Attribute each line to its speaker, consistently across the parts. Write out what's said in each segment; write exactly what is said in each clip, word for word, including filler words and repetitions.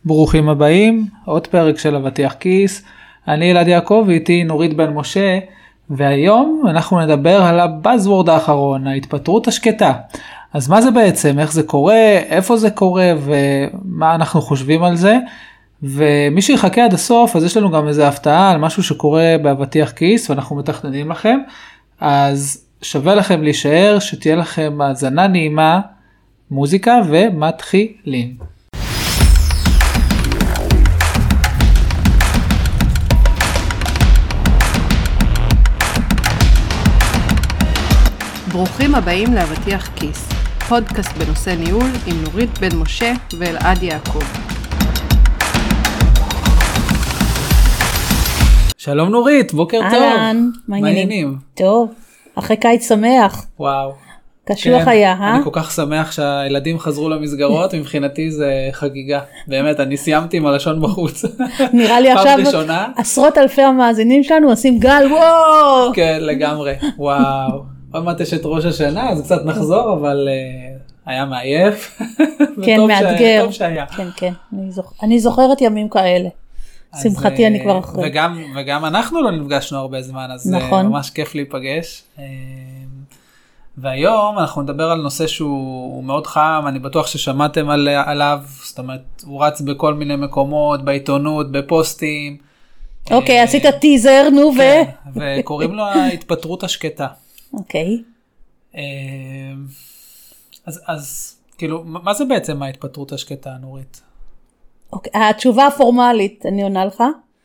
Speaker 1: ברוכים הבאים, עוד פרק של אבטיח כיס. אני אלעד יעקב ואיתי נורית בן משה, והיום אנחנו נדבר על הבאזוורד האחרון, ההתפטרות השקטה. אז מה זה בעצם, איך זה קורה, איפה זה קורה ומה אנחנו חושבים על זה. ומי שיחכה עד הסוף, אז יש לנו גם איזו הפתעה על משהו שקורה באבטיח כיס ואנחנו מתכננים לכם. אז שווה לכם להישאר, שתהיה לכם האזנה נעימה, מוזיקה ומתחילים.
Speaker 2: ברוכים הבאים לאבטיח כיס, פודקאסט בנושא ניהול עם נורית בן משה ואלעד יעקב.
Speaker 1: שלום נורית, בוקר טוב.
Speaker 3: אהלן, מה העניינים? טוב, אחרי קיץ שמח.
Speaker 1: וואו.
Speaker 3: קשוח כן, היה, אה?
Speaker 1: אני כל כך שמח שהילדים חזרו למסגרות, מבחינתי זה חגיגה. באמת, אני סיימתי עם הלשון בחוץ.
Speaker 3: נראה לי עכשיו ראשונה. עשרות אלפי המאזינים שלנו עושים גל, וואו!
Speaker 1: כן, לגמרי, וואו. עוד מעט יש את ראש השנה, אז קצת נחזור, אבל uh, היה מעייף.
Speaker 3: כן, מאתגר.
Speaker 1: טוב שהיה.
Speaker 3: כן, כן, אני, זוכ... אני זוכרת ימים כאלה. שמחתי uh, אני כבר אחרי.
Speaker 1: וגם, וגם אנחנו לא נפגשנו הרבה זמן, אז נכון. uh, ממש כיף להיפגש. Uh, והיום אנחנו נדבר על נושא שהוא מאוד חם, אני בטוח ששמעתם על, עליו, זאת אומרת, הוא רץ בכל מיני מקומות, בעיתונות, בפוסטים.
Speaker 3: אוקיי, עשית טיזר, נו ו...
Speaker 1: כן, וקוראים לו ההתפטרות השקטה.
Speaker 3: אוקיי.
Speaker 1: אז, אז, כאילו, מה זה בעצם ההתפטרות השקטה, נורית?
Speaker 3: אוקיי, התשובה הפורמלית, אני עונה לך.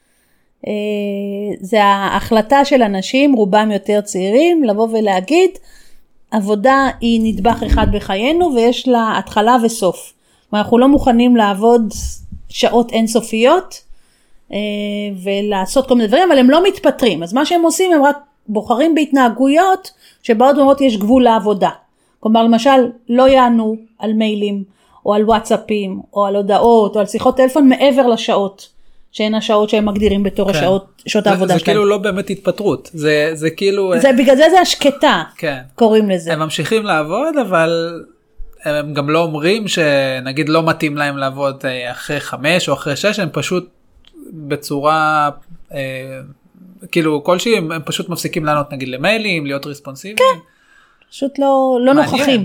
Speaker 3: זה ההחלטה של אנשים, רובם יותר צעירים, לבוא ולהגיד, עבודה היא נדבך אחד בחיינו, ויש לה התחלה וסוף. אנחנו לא מוכנים לעבוד שעות אינסופיות, ולעשות כל מיני דברים, אבל הם לא מתפטרים. אז מה שהם עושים, הם רק בוחרים בהתנהגויות, שבאות ואומרות יש גבול לעבודה. כלומר, למשל, לא יענו על מיילים, או על וואטסאפים, או על הודעות, או על שיחות טלפון, מעבר לשעות, שהן השעות שהם מגדירים בתור כן. השעות, שעות
Speaker 1: זה,
Speaker 3: העבודה
Speaker 1: זה
Speaker 3: שלהם.
Speaker 1: כאילו לא באמת התפטרות, זה, זה כאילו...
Speaker 3: זה, בגלל זה זה השקטה,
Speaker 1: כן.
Speaker 3: קוראים לזה.
Speaker 1: הם ממשיכים לעבוד, אבל הם גם לא אומרים שנגיד לא מתאים להם לעבוד אחרי חמש או אחרי שש, הם פשוט בצורה... כאילו כלשהי הם פשוט מפסיקים לענות נגיד למיילים, להיות ריספונסיביים.
Speaker 3: כן, פשוט לא, לא נוכחים.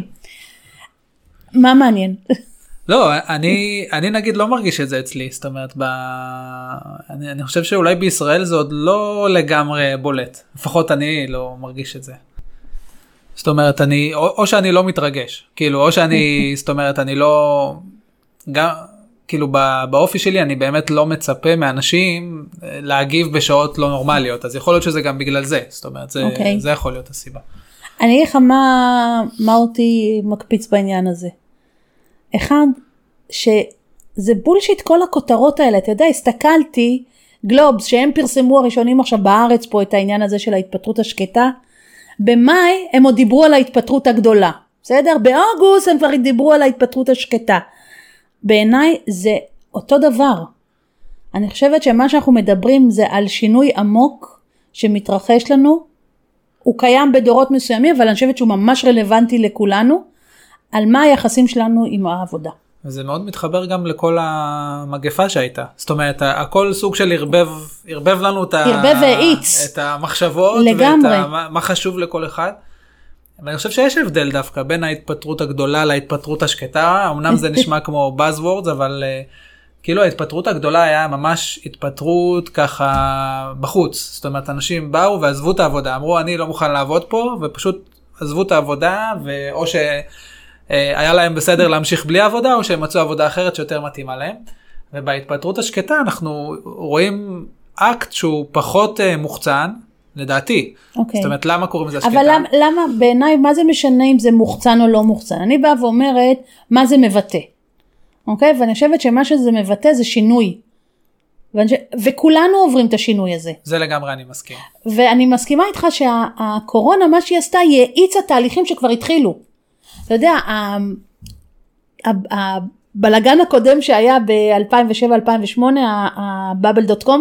Speaker 3: מה מעניין?
Speaker 1: לא, אני, אני נגיד לא מרגיש את זה אצלי, זאת אומרת, ב... אני, אני חושב שאולי בישראל זה עוד לא לגמרי בולט, לפחות אני לא מרגיש את זה. זאת אומרת, אני, או, או שאני לא מתרגש, כאילו, או שאני, זאת אומרת, אני לא, גם, כאילו באופי שלי אני באמת לא מצפה מאנשים להגיב בשעות לא נורמליות, אז יכול להיות שזה גם בגלל זה, זאת אומרת, זה, okay. זה יכול להיות הסיבה.
Speaker 3: אני אגיד לך מה, מה אותי מקפיץ בעניין הזה. אחד, שזה בולשיט כל הכותרות האלה, אתה יודע, הסתכלתי, גלובס, שהם פרסמו הראשונים עכשיו בארץ פה את העניין הזה של ההתפטרות השקטה, במאי הם עוד דיברו על ההתפטרות הגדולה, בסדר? באוגוסט הם כבר דיברו על ההתפטרות השקטה. בעיניי זה אותו דבר. אני חושבת שמה שאנחנו מדברים זה על שינוי עמוק שמתרחש לנו, הוא קיים בדורות מסוימים, אבל אני חושבת שהוא ממש רלוונטי לכולנו, על מה היחסים שלנו עם העבודה.
Speaker 1: וזה מאוד מתחבר גם לכל המגפה שהייתה. זאת אומרת, הכל סוג של ערבב, ערבב לנו את,
Speaker 3: ערבב ואיץ.
Speaker 1: את המחשבות,
Speaker 3: לגמרי.
Speaker 1: ואת ה, מה חשוב לכל אחד. ואני חושב שיש הבדל דווקא בין ההתפטרות הגדולה להתפטרות השקטה, אמנם זה נשמע כמו buzzwords, אבל uh, כאילו ההתפטרות הגדולה היה ממש התפטרות ככה בחוץ. זאת אומרת, אנשים באו ועזבו את העבודה, אמרו אני לא מוכן לעבוד פה, ופשוט עזבו את העבודה, או שהיה להם בסדר להמשיך בלי עבודה, או שהם מצאו עבודה אחרת שיותר מתאימה להם. ובהתפטרות השקטה אנחנו רואים אקט שהוא פחות uh, מוחצן, לדעתי. Okay. זאת אומרת, למה קוראים לזה השקטה?
Speaker 3: אבל למה, למה בעיניי, מה זה משנה אם זה מוחצן או לא מוחצן? אני באה ואומרת, מה זה מבטא? אוקיי? ואני חושבת שמה שזה מבטא זה שינוי. ואני, וכולנו עוברים את השינוי הזה.
Speaker 1: זה לגמרי אני מסכים.
Speaker 3: ואני מסכימה איתך שהקורונה, מה שהיא עשתה, היא האיצה תהליכים שכבר התחילו. אתה יודע, הבלגן הקודם שהיה ב-אלפיים ושבע אלפיים ושמונה, ה-בבל דוט קום,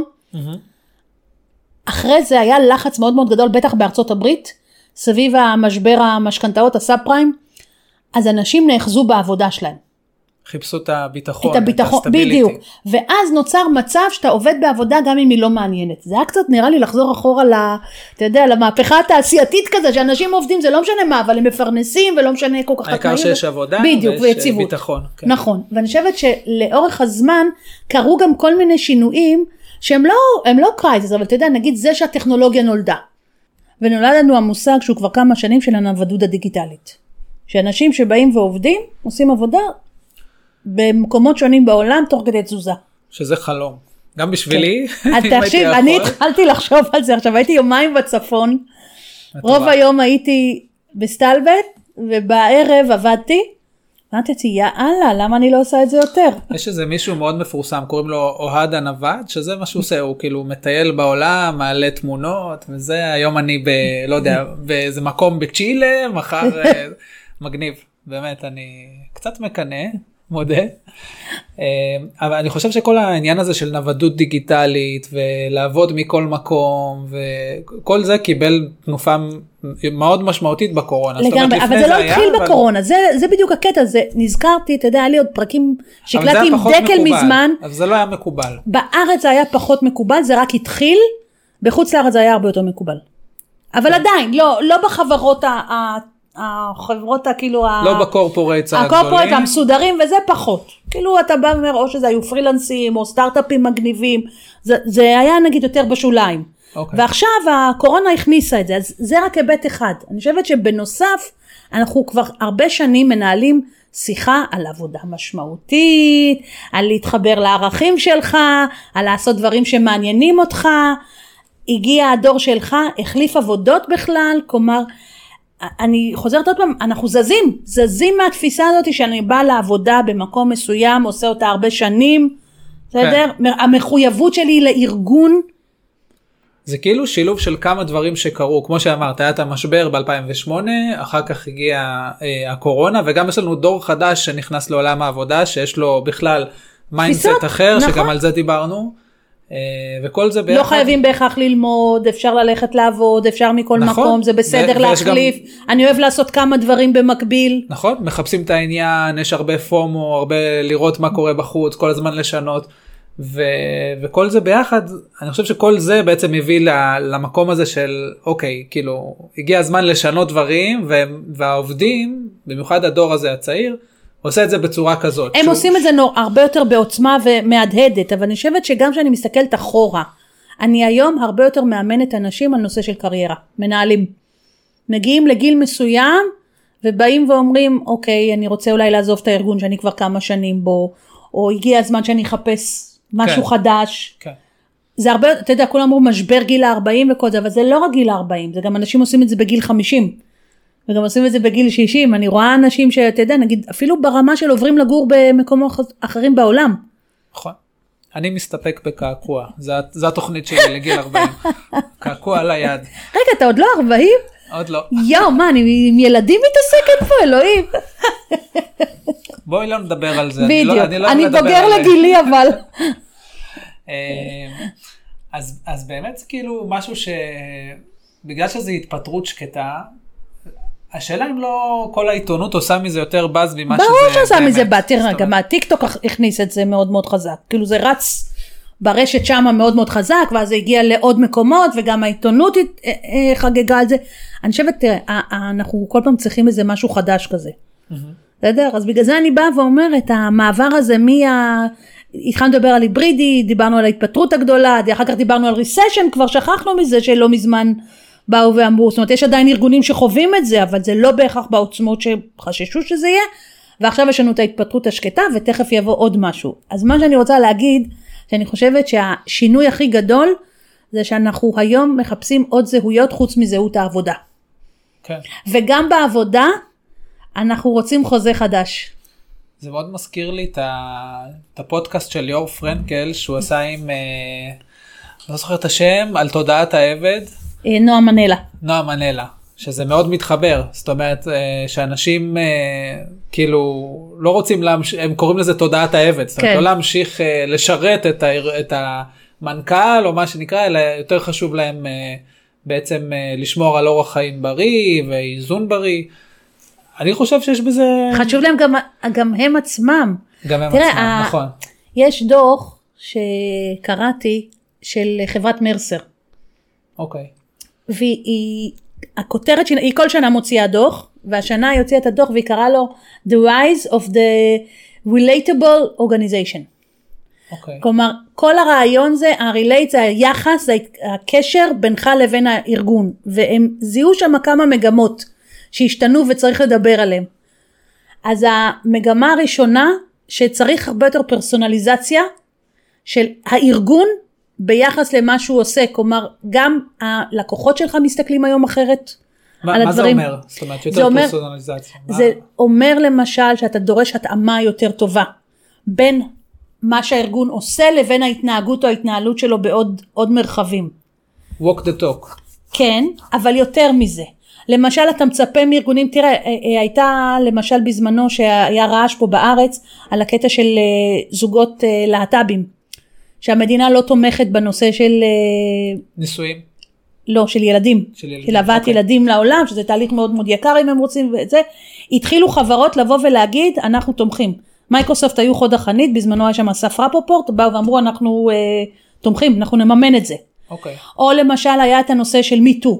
Speaker 3: אחרי זה היה לחץ מאוד מאוד גדול, בטח בארצות הברית, סביב המשבר המשכנתאות, הסאב פריים, אז אנשים נאחזו בעבודה שלהם.
Speaker 1: חיפשו את הביטחון,
Speaker 3: את הביטחון, בדיוק. ואז נוצר מצב שאתה עובד בעבודה גם אם היא לא מעניינת. זה היה קצת נראה לי לחזור אחורה ל, אתה יודע, למהפכה התעשייתית כזה, שאנשים עובדים, זה לא משנה מה, אבל הם מפרנסים ולא משנה כל כך
Speaker 1: העיקר שיש עבודה
Speaker 3: ויש
Speaker 1: ביטחון. כן.
Speaker 3: נכון. ואני חושבת שלאורך הזמן קרו גם כל מיני שינויים שהם לא, הם לא קרייזס, אבל אתה יודע, נגיד זה שהטכנולוגיה נולדה. ונולד לנו המושג שהוא כבר כמה שנים של הנוודות הדיגיטלית. שאנשים שבאים ועובדים, עושים עבודה במקומות שונים בעולם, תוך כדי תזוזה.
Speaker 1: שזה חלום. גם בשבילי.
Speaker 3: תקשיב, אני התחלתי לחשוב על זה, עכשיו הייתי יומיים בצפון, רוב היום הייתי בסטלבט, ובערב עבדתי, ואמרתי, יאללה, למה אני לא עושה את זה יותר?
Speaker 1: יש איזה מישהו מאוד מפורסם, קוראים לו אוהד הנווד, שזה מה שהוא עושה, הוא כאילו מטייל בעולם, מעלה תמונות, וזה, היום אני ב, לא יודע, באיזה מקום בצ'ילה, מחר מגניב, באמת, אני קצת מקנא, מודה, אבל אני חושב שכל העניין הזה של נוודות דיגיטלית, ולעבוד מכל מקום, וכל זה קיבל תנופה מאוד משמעותית בקורונה.
Speaker 3: לגמרי, אבל זה לא התחיל בקורונה, זה בדיוק הקטע, זה נזכרתי, אתה יודע, היה לי עוד פרקים שקלטתי עם דקל מזמן.
Speaker 1: אבל זה לא היה מקובל.
Speaker 3: בארץ זה היה פחות מקובל, זה רק התחיל, בחוץ לארץ זה היה הרבה יותר מקובל. אבל עדיין, לא בחברות ה... החברות כאילו
Speaker 1: לא בקורפורייטס הגדולים,
Speaker 3: הקורפורייטס המסודרים, וזה פחות, כאילו אתה בא ואומר או שזה היו פרילנסים או סטארט-אפים מגניבים, זה, זה היה נגיד יותר בשוליים, okay. ועכשיו הקורונה הכניסה את זה, אז זה רק היבט אחד. אני חושבת שבנוסף אנחנו כבר הרבה שנים מנהלים שיחה על עבודה משמעותית, על להתחבר לערכים שלך, על לעשות דברים שמעניינים אותך. הגיע הדור שלך, החליף עבודות בכלל, כלומר אני חוזרת עוד פעם, אנחנו זזים, זזים מהתפיסה הזאת שאני באה לעבודה במקום מסוים, עושה אותה הרבה שנים, בסדר? כן. המחויבות שלי לארגון.
Speaker 1: זה כאילו שילוב של כמה דברים שקרו, כמו שאמרת, היה את המשבר ב-אלפיים ושמונה, אחר כך הגיעה אה, הקורונה, וגם יש לנו דור חדש שנכנס לעולם העבודה, שיש לו בכלל מיינדסט אחר, נכון. שגם על זה דיברנו. וכל זה ביחד.
Speaker 3: לא חייבים בהכרח ללמוד, אפשר ללכת לעבוד, אפשר מכל נכון, מקום, זה בסדר להחליף, גם... אני אוהב לעשות כמה דברים במקביל.
Speaker 1: נכון, מחפשים את העניין, יש הרבה פומו, הרבה לראות מה קורה בחוץ, כל הזמן לשנות, ו... וכל זה ביחד, אני חושב שכל זה בעצם מביא למקום הזה של, אוקיי, כאילו, הגיע הזמן לשנות דברים, ו... והעובדים, במיוחד הדור הזה הצעיר, עושה את זה בצורה כזאת.
Speaker 3: הם שהוא... עושים את זה נור, הרבה יותר בעוצמה ומהדהדת, אבל אני חושבת שגם שאני מסתכלת אחורה, אני היום הרבה יותר מאמנת אנשים על נושא של קריירה, מנהלים. מגיעים לגיל מסוים, ובאים ואומרים, אוקיי, אני רוצה אולי לעזוב את הארגון שאני כבר כמה שנים בו, או הגיע הזמן שאני אחפש משהו כן. חדש. כן. זה הרבה, אתה יודע, כולם אמרו משבר גיל ה-ארבעים וכל זה, אבל זה לא רק גיל ה-ארבעים, זה גם אנשים עושים את זה בגיל חמישים. וגם עושים את זה בגיל שישים, אני רואה אנשים שאתה יודע, נגיד, אפילו ברמה של עוברים לגור במקומות אחרים בעולם.
Speaker 1: נכון. אני מסתפק בקעקוע, זו התוכנית שלי לגיל ארבעים. קעקוע על היד.
Speaker 3: רגע, אתה עוד לא ארבעים?
Speaker 1: עוד לא.
Speaker 3: יאו, מה, אני עם ילדים מתעסקת פה, אלוהים.
Speaker 1: בואי לא נדבר על זה.
Speaker 3: בדיוק, אני בוגר לגילי, אבל.
Speaker 1: אז באמת זה כאילו משהו שבגלל שזו התפטרות שקטה, השאלה אם לא כל העיתונות עושה מזה יותר בז ממה שזה...
Speaker 3: ברור שעושה מזה בז, תראה, גם הטיקטוק הכניס את זה מאוד מאוד חזק, כאילו זה רץ ברשת שמה מאוד מאוד חזק, ואז זה הגיע לעוד מקומות, וגם העיתונות חגגה על זה. אני חושבת, תראה, אנחנו כל פעם צריכים איזה משהו חדש כזה. בסדר? אז בגלל זה אני באה ואומרת, המעבר הזה מה... התחלנו לדבר על היברידי, דיברנו על ההתפטרות הגדולה, אחר כך דיברנו על ריסשן, כבר שכחנו מזה שלא מזמן... באו ואמרו, זאת אומרת, יש עדיין ארגונים שחווים את זה, אבל זה לא בהכרח בעוצמות שחששו שזה יהיה, ועכשיו יש לנו את ההתפטרות השקטה, ותכף יבוא עוד משהו. אז מה שאני רוצה להגיד, שאני חושבת שהשינוי הכי גדול, זה שאנחנו היום מחפשים עוד זהויות חוץ מזהות העבודה.
Speaker 1: כן. וגם
Speaker 3: בעבודה, אנחנו רוצים חוזה חדש.
Speaker 1: זה מאוד מזכיר לי את, ה... את הפודקאסט של ליאור פרנקל, שהוא עשה עם, לא זוכר את השם, על תודעת העבד,
Speaker 3: נועה מנלה.
Speaker 1: נועה מנלה, שזה מאוד מתחבר, זאת אומרת שאנשים כאילו לא רוצים להמשיך, הם קוראים לזה תודעת העבד, זאת אומרת לא להמשיך לשרת את, ה, את המנכ"ל או מה שנקרא, אלא יותר חשוב להם בעצם לשמור על אורח חיים בריא ואיזון בריא. אני חושב שיש בזה...
Speaker 3: חשוב להם גם, גם הם עצמם.
Speaker 1: גם הם
Speaker 3: תראה,
Speaker 1: עצמם,
Speaker 3: ה-
Speaker 1: נכון.
Speaker 3: יש דוח שקראתי של חברת מרסר,
Speaker 1: אוקיי.
Speaker 3: והיא, הכותרת שלה, היא כל שנה מוציאה דוח, והשנה היא הוציאה את הדוח והיא קראה לו The Rise of the Relatable Organization.
Speaker 1: אוקיי.
Speaker 3: כלומר, כל הרעיון זה, ה-relate זה היחס, זה הקשר בינך לבין הארגון, והם זיהו שם כמה מגמות שהשתנו וצריך לדבר עליהם. אז המגמה הראשונה, שצריך הרבה יותר פרסונליזציה של הארגון ביחס למה שהוא עושה, כלומר, גם הלקוחות שלך מסתכלים היום אחרת
Speaker 1: מה,
Speaker 3: על
Speaker 1: מה
Speaker 3: הדברים.
Speaker 1: זה אומר? זאת אומרת, יותר
Speaker 3: אומר,
Speaker 1: פרסונליזציה.
Speaker 3: זה מה? אומר למשל שאתה דורש התאמה יותר טובה, בין מה שהארגון עושה לבין ההתנהגות או ההתנהלות שלו בעוד עוד מרחבים.
Speaker 1: walk the talk.
Speaker 3: כן, אבל יותר מזה. למשל אתה מצפה מארגונים, תראה, הייתה למשל בזמנו שהיה רעש פה בארץ על הקטע של זוגות להט"בים, שהמדינה לא תומכת בנושא של
Speaker 1: נישואים?
Speaker 3: לא, של ילדים,
Speaker 1: של ילדים,
Speaker 3: של הבאת
Speaker 1: אוקיי.
Speaker 3: ילדים לעולם, שזה תהליך מאוד מאוד יקר אם הם רוצים ואת זה, התחילו חברות לבוא ולהגיד אנחנו תומכים. מייקרוסופט היו חוד החנית, בזמנו היה שם אסף רפופורט, באו ואמרו אנחנו אה, תומכים, אנחנו נממן את זה.
Speaker 1: אוקיי.
Speaker 3: או למשל היה את הנושא של מיטו.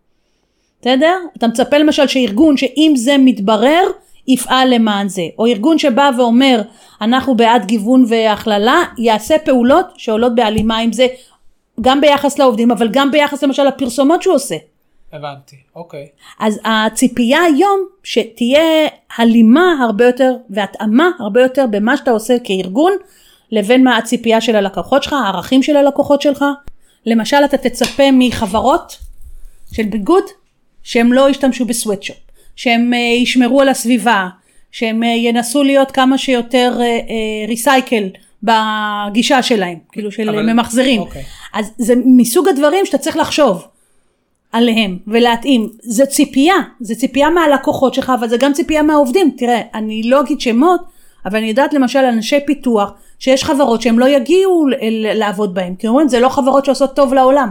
Speaker 3: בסדר? אתה מצפה למשל שארגון שאם זה מתברר, יפעל למען זה. או ארגון שבא ואומר, אנחנו בעד גיוון והכללה, יעשה פעולות שעולות בהלימה עם זה, גם ביחס לעובדים, אבל גם ביחס למשל לפרסומות שהוא עושה.
Speaker 1: הבנתי, אוקיי.
Speaker 3: אז הציפייה היום שתהיה הלימה הרבה יותר והתאמה הרבה יותר במה שאתה עושה כארגון לבין מה הציפייה של הלקוחות שלך, הערכים של הלקוחות שלך. למשל אתה תצפה מחברות של ביגוד שהם לא ישתמשו בסוויטשופ, שהם ישמרו על הסביבה, שהם ינסו להיות כמה שיותר ריסייקל בגישה שלהם, כאילו של אבל, ממחזרים. אוקיי. אז זה מסוג הדברים שאתה צריך לחשוב עליהם ולהתאים. זה ציפייה, זה ציפייה מהלקוחות שלך, אבל זה גם ציפייה מהעובדים. תראה, אני לא אגיד שמות, אבל אני יודעת למשל אנשי פיתוח, שיש חברות שהם לא יגיעו לעבוד בהם, כי אומרים, זה לא חברות שעושות טוב לעולם.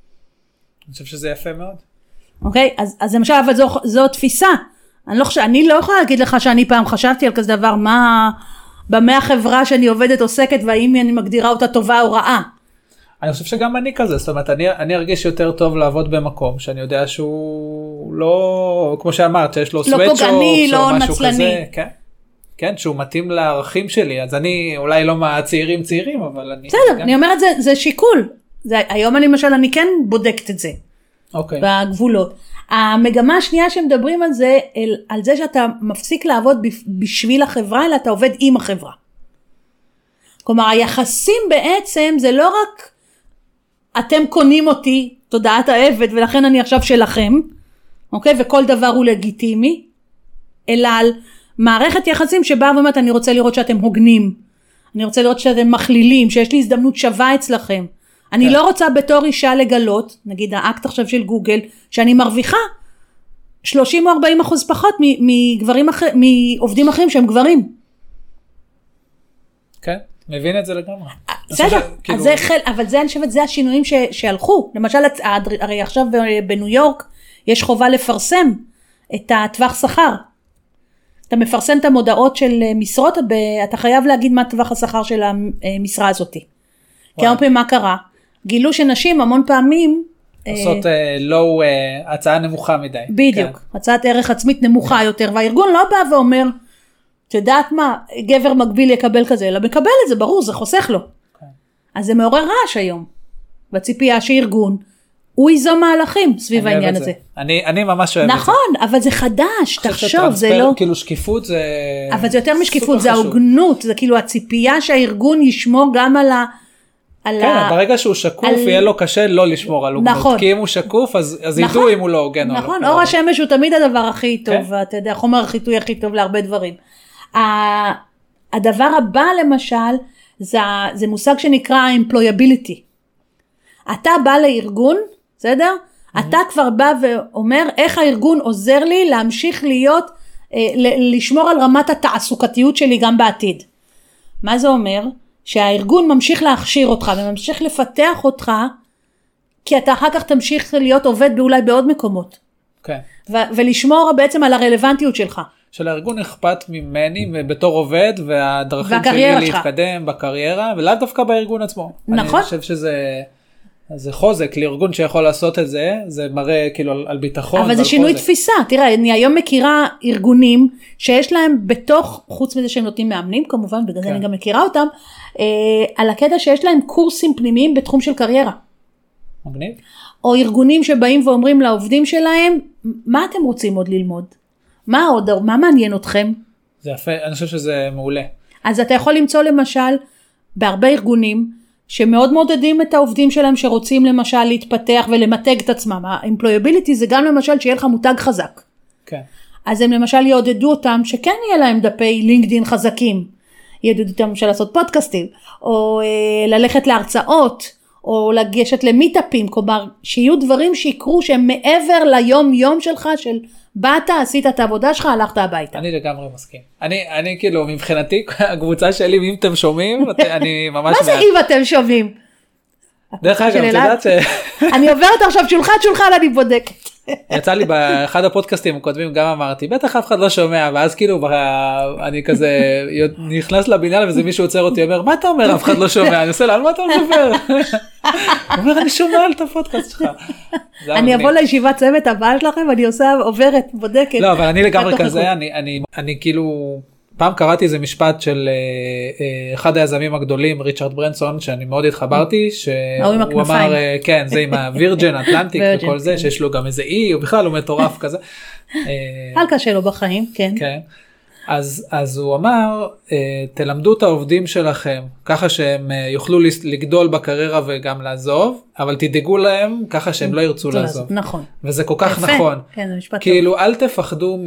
Speaker 1: אני חושב שזה יפה מאוד.
Speaker 3: אוקיי, אז, אז למשל, אבל זו, זו תפיסה. אני לא, חושב, אני לא יכולה להגיד לך שאני פעם חשבתי על כזה דבר, מה, במה החברה שאני עובדת עוסקת, והאם אני מגדירה אותה טובה או רעה.
Speaker 1: אני חושב שגם אני כזה, זאת אומרת, אני, אני ארגיש יותר טוב לעבוד במקום, שאני יודע שהוא לא, כמו שאמרת, שיש לו סוויטשופ,
Speaker 3: לא פוגעני, לא
Speaker 1: משהו
Speaker 3: נצלני.
Speaker 1: כזה, כן, כן, שהוא מתאים לערכים שלי, אז אני אולי לא מהצעירים צעירים, אבל אני...
Speaker 3: בסדר,
Speaker 1: גם...
Speaker 3: אני אומרת, זה, זה שיקול. זה, היום אני למשל, אני כן בודקת את זה.
Speaker 1: אוקיי.
Speaker 3: בגבולות. המגמה השנייה שמדברים על זה, על, על זה שאתה מפסיק לעבוד בשביל החברה, אלא אתה עובד עם החברה. כלומר, היחסים בעצם זה לא רק אתם קונים אותי, תודעת העבד, ולכן אני עכשיו שלכם, אוקיי? וכל דבר הוא לגיטימי, אלא על מערכת יחסים שבה ואומרת, אני רוצה לראות שאתם הוגנים, אני רוצה לראות שאתם מכלילים, שיש לי הזדמנות שווה אצלכם. אני כן. לא רוצה בתור אישה לגלות, נגיד האקט עכשיו של גוגל, שאני מרוויחה שלושים או ארבעים אחוז פחות מגברים אחר, מעובדים אחרים שהם גברים.
Speaker 1: כן, מבין את זה לגמרי.
Speaker 3: בסדר, כאילו... זה חל, אבל זה אני חושבת, זה השינויים ש, שהלכו. למשל, הרי עכשיו בניו יורק יש חובה לפרסם את הטווח שכר. אתה מפרסם את המודעות של משרות, אתה חייב להגיד מה טווח השכר של המשרה הזאת. כי הרבה פעמים מה קרה? גילו שנשים המון פעמים...
Speaker 1: עושות לא, הצעה נמוכה מדי.
Speaker 3: בדיוק, הצעת ערך עצמית נמוכה יותר, והארגון לא בא ואומר, תדעת מה, גבר מקביל יקבל כזה, אלא מקבל את זה, ברור, זה חוסך לו. אז זה מעורר רעש היום, בציפייה שארגון, הוא ייזום מהלכים סביב העניין הזה.
Speaker 1: אני, אני ממש אוהב את זה.
Speaker 3: נכון, אבל זה חדש, תחשוב, זה לא...
Speaker 1: כאילו שקיפות זה...
Speaker 3: אבל זה יותר משקיפות, זה ההוגנות, זה כאילו הציפייה שהארגון ישמור גם על ה...
Speaker 1: כן, ברגע שהוא שקוף, יהיה לו קשה לא לשמור על הוגנות, כי אם הוא שקוף, אז ידעו אם הוא לא הוגן.
Speaker 3: נכון, אור השמש הוא תמיד הדבר הכי טוב, אתה יודע, חומר החיטוי הכי טוב להרבה דברים. הדבר הבא למשל, זה מושג שנקרא employability. אתה בא לארגון, בסדר? אתה כבר בא ואומר, איך הארגון עוזר לי להמשיך להיות, לשמור על רמת התעסוקתיות שלי גם בעתיד. מה זה אומר? שהארגון ממשיך להכשיר אותך וממשיך לפתח אותך, כי אתה אחר כך תמשיך להיות עובד באולי בעוד מקומות.
Speaker 1: כן.
Speaker 3: ו- ולשמור בעצם על הרלוונטיות שלך.
Speaker 1: שלארגון אכפת ממני בתור עובד, והדרכים שלי להתקדם בקריירה, ולאו דווקא בארגון עצמו.
Speaker 3: נכון.
Speaker 1: אני חושב שזה זה חוזק, לארגון שיכול לעשות את זה, זה מראה כאילו על, על ביטחון.
Speaker 3: אבל זה שינוי חוזק. תפיסה, תראה, אני היום מכירה ארגונים, שיש להם בתוך, חוץ מזה שהם נותנים מאמנים, כמובן, בגלל זה כן. אני גם מכירה אותם, אה, על הקטע שיש להם קורסים פנימיים בתחום של קריירה.
Speaker 1: מגניב.
Speaker 3: או ארגונים שבאים ואומרים לעובדים שלהם, מה אתם רוצים עוד ללמוד? מה עוד, מה מעניין אתכם?
Speaker 1: זה יפה, אני חושב שזה מעולה.
Speaker 3: אז אתה יכול למצוא למשל, בהרבה ארגונים, שמאוד מודדים את העובדים שלהם, שרוצים למשל להתפתח ולמתג את עצמם. ה-employability זה גם למשל שיהיה לך מותג חזק.
Speaker 1: כן.
Speaker 3: אז הם למשל יעודדו אותם, שכן יהיה להם דפי לינקדין חזקים, יעודדו אותם למשל לעשות פודקאסטים, או אה, ללכת להרצאות, או לגשת למיטאפים, כלומר, שיהיו דברים שיקרו שהם מעבר ליום יום שלך, של באת, עשית את העבודה שלך, הלכת הביתה.
Speaker 1: אני לגמרי מסכים. אני, אני כאילו, מבחינתי, הקבוצה שלי, אם אתם שומעים, אני ממש...
Speaker 3: מה זה אם אתם שומעים?
Speaker 1: דרך אגב, את יודעת ש...
Speaker 3: אני עוברת עכשיו שולחן שולחן, אני בודקת.
Speaker 1: יצא לי באחד הפודקאסטים הקודמים, גם אמרתי, בטח אף אחד לא שומע, ואז כאילו, אני כזה נכנס לבניין, וזה מישהו עוצר אותי, אומר, מה אתה אומר, אף אחד לא שומע? אני עושה לה, על מה אתה מדבר? הוא אומר, אני שומע על את הפודקאסט שלך.
Speaker 3: אני אבוא לישיבת צוות הבאה שלכם, אני עושה, עוברת, בודקת.
Speaker 1: לא, אבל אני לגמרי כזה, אני כאילו... פעם קראתי איזה משפט של אחד היזמים הגדולים, ריצ'רד ברנסון, שאני מאוד התחברתי, שהוא אמר, כן, זה עם הווירג'ן, אטלנטיק וכל זה, שיש לו גם איזה אי, הוא בכלל הוא מטורף כזה.
Speaker 3: חלקה שלו בחיים, כן.
Speaker 1: כן. אז, אז הוא אמר, תלמדו את העובדים שלכם, ככה שהם יוכלו לגדול בקריירה וגם לעזוב, אבל תדאגו להם ככה שהם לא ירצו לעזוב.
Speaker 3: נכון.
Speaker 1: וזה כל כך נכון.
Speaker 3: כן, זה משפט טוב.
Speaker 1: כאילו, אל תפחדו מ...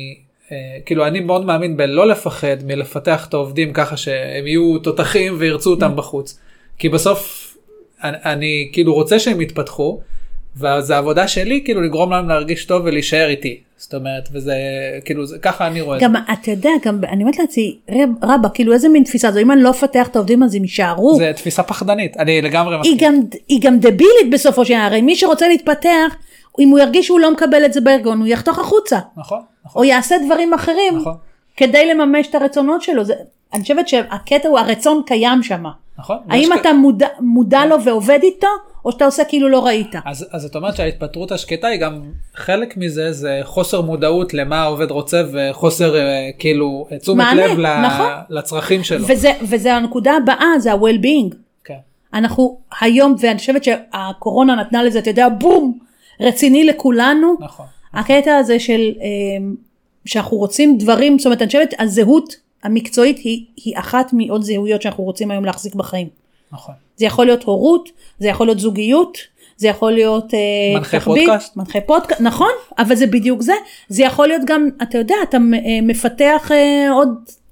Speaker 1: כאילו אני מאוד מאמין בלא לפחד מלפתח את העובדים ככה שהם יהיו תותחים וירצו אותם בחוץ. כי בסוף אני, אני כאילו רוצה שהם יתפתחו, וזה העבודה שלי כאילו לגרום להם להרגיש טוב ולהישאר איתי. זאת אומרת, וזה כאילו, זה, ככה אני רואה את זה.
Speaker 3: גם אתה יודע, גם אני אומרת לעצי, רבא, כאילו איזה מין תפיסה זו, אם אני לא פתח את העובדים אז הם יישארו.
Speaker 1: זה תפיסה פחדנית, אני לגמרי מסכים.
Speaker 3: היא גם, היא גם דבילית בסופו של דבר, הרי מי שרוצה להתפתח, אם הוא ירגיש שהוא לא מקבל את זה בארגון, הוא יחתוך החוצה.
Speaker 1: נכון, נכון.
Speaker 3: או יעשה דברים אחרים,
Speaker 1: נכון. כדי
Speaker 3: לממש את הרצונות שלו. זה, אני חושבת שהקטע הוא, הרצון קיים שם.
Speaker 1: נכון.
Speaker 3: האם אתה כ... מודע, מודע לו ועובד איתו, או שאתה עושה כאילו לא ראית? אז,
Speaker 1: אז את אומרת שההתפטרות השקטה היא גם, חלק מזה זה חוסר מודעות למה העובד רוצה, וחוסר כאילו תשומת לב
Speaker 3: נכון.
Speaker 1: לצרכים שלו.
Speaker 3: וזה, וזה הנקודה הבאה, זה ה-well-being.
Speaker 1: כן.
Speaker 3: אנחנו היום, ואני חושבת שהקורונה נתנה לזה, אתה יודע, בום, רציני לכולנו.
Speaker 1: נכון.
Speaker 3: הקטע הזה של, שאנחנו רוצים דברים, זאת אומרת, אני חושבת, הזהות המקצועית היא, היא אחת מעוד זהויות שאנחנו רוצים היום להחזיק בחיים.
Speaker 1: נכון.
Speaker 3: זה יכול להיות הורות, זה יכול להיות זוגיות, זה יכול להיות
Speaker 1: מנחה תחבית, פודקאסט.
Speaker 3: מנחה פודקאסט, נכון, אבל זה בדיוק זה. זה יכול להיות גם, אתה יודע, אתה מפתח עוד,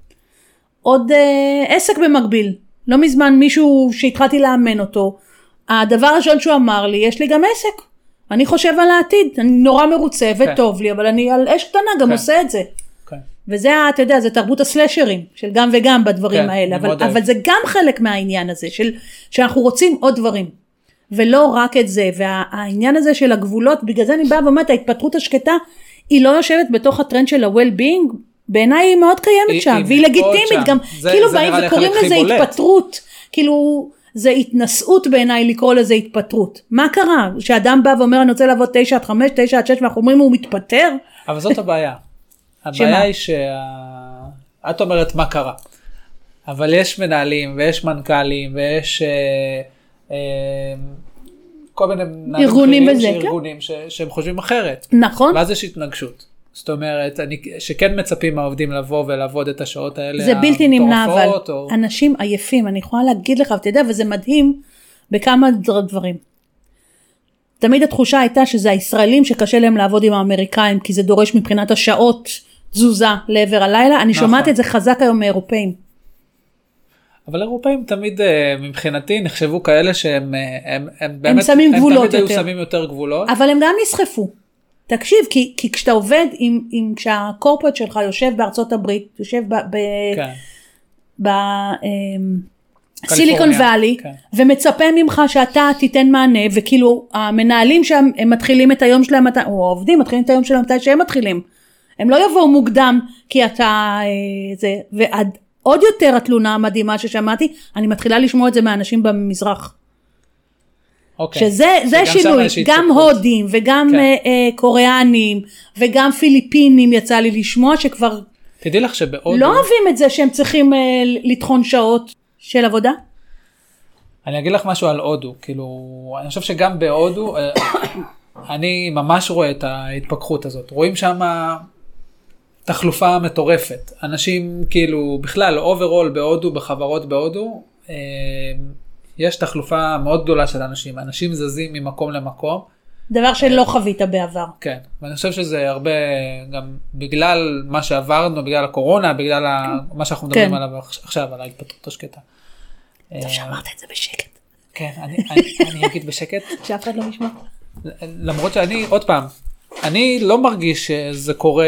Speaker 3: עוד עסק במקביל. לא מזמן מישהו שהתחלתי לאמן אותו, הדבר הראשון שהוא אמר לי, יש לי גם עסק. אני חושב על העתיד, אני נורא מרוצה וטוב כן. לי, אבל אני על אש קטנה גם כן. עושה את זה. כן. וזה, אתה יודע, זה תרבות הסלשרים, של גם וגם בדברים כן, האלה, אבל, אבל זה גם חלק מהעניין הזה, של, שאנחנו רוצים עוד דברים, ולא רק את זה, והעניין הזה של הגבולות, בגלל זה אני באה ואומרת, ההתפטרות השקטה, היא לא יושבת בתוך הטרנד של ה-well-being, בעיניי היא מאוד קיימת היא, שם, היא והיא לגיטימית, שם. גם, זה, כאילו זה באים וקוראים לזה התפטרות, כאילו, זה התנסות בעיניי לקרוא לזה התפטרות. מה קרה? שאדם בא ואומר, אני רוצה לעבוד תשע עד חמש, תשע עד שש, ואנחנו אומרים, הוא מתפטר?
Speaker 1: אבל זאת הבעיה. הבעיה היא שה... את אומרת מה קרה. אבל יש מנהלים, ויש מנכ"לים, ויש אה, אה, כל מיני
Speaker 3: ארגונים בזה,
Speaker 1: ארגונים ש... שהם חושבים אחרת.
Speaker 3: נכון.
Speaker 1: ואז יש התנגשות. זאת אומרת, אני, שכן מצפים מהעובדים לבוא ולעבוד את השעות האלה.
Speaker 3: זה בלתי נמנע, אבל
Speaker 1: או...
Speaker 3: אנשים עייפים, אני יכולה להגיד לך, ואתה יודע, וזה מדהים בכמה דברים. תמיד התחושה הייתה שזה הישראלים שקשה להם לעבוד עם האמריקאים, כי זה דורש מבחינת השעות תזוזה לעבר הלילה. אני שומעת את זה חזק היום מאירופאים.
Speaker 1: אבל אירופאים תמיד מבחינתי נחשבו כאלה שהם הם, הם באמת,
Speaker 3: הם שמים גבולות
Speaker 1: הם תמיד
Speaker 3: יותר.
Speaker 1: היו שמים יותר גבולות.
Speaker 3: אבל הם גם נסחפו. תקשיב, כי, כי כשאתה עובד, עם, עם, כשהקורפרט שלך יושב בארצות הברית, יושב ב... ב, כן. ב סיליקון ואלי, כן. ומצפה ממך שאתה תיתן מענה, וכאילו המנהלים שם, הם מתחילים את היום שלהם, או העובדים מתחילים את היום שלהם מתי שהם מתחילים. הם לא יבואו מוקדם כי אתה, זה, ועוד יותר התלונה המדהימה ששמעתי, אני מתחילה לשמוע את זה מאנשים במזרח.
Speaker 1: אוקיי.
Speaker 3: שזה זה שינוי, גם הודים וגם כן. אה, קוריאנים וגם פיליפינים יצא לי לשמוע שכבר
Speaker 1: תדעי לך שבהודו
Speaker 3: לא אוהבים את זה שהם צריכים אה, לטחון שעות של עבודה.
Speaker 1: אני אגיד לך משהו על הודו, כאילו אני חושב שגם בהודו אה, אני ממש רואה את ההתפכחות הזאת, רואים שם תחלופה מטורפת, אנשים כאילו בכלל אוברול בהודו, בחברות בהודו, אה, יש תחלופה מאוד גדולה של אנשים, אנשים זזים ממקום למקום. דבר
Speaker 3: שלא חווית בעבר.
Speaker 1: כן, ואני חושב שזה הרבה, גם בגלל מה שעברנו, בגלל הקורונה, בגלל מה שאנחנו מדברים עליו עכשיו, על ההתפתחות השקטה.
Speaker 3: טוב שאמרת את זה בשקט.
Speaker 1: כן, אני אגיד בשקט.
Speaker 3: שאף אחד לא משמע.
Speaker 1: למרות שאני, עוד פעם, אני לא מרגיש שזה קורה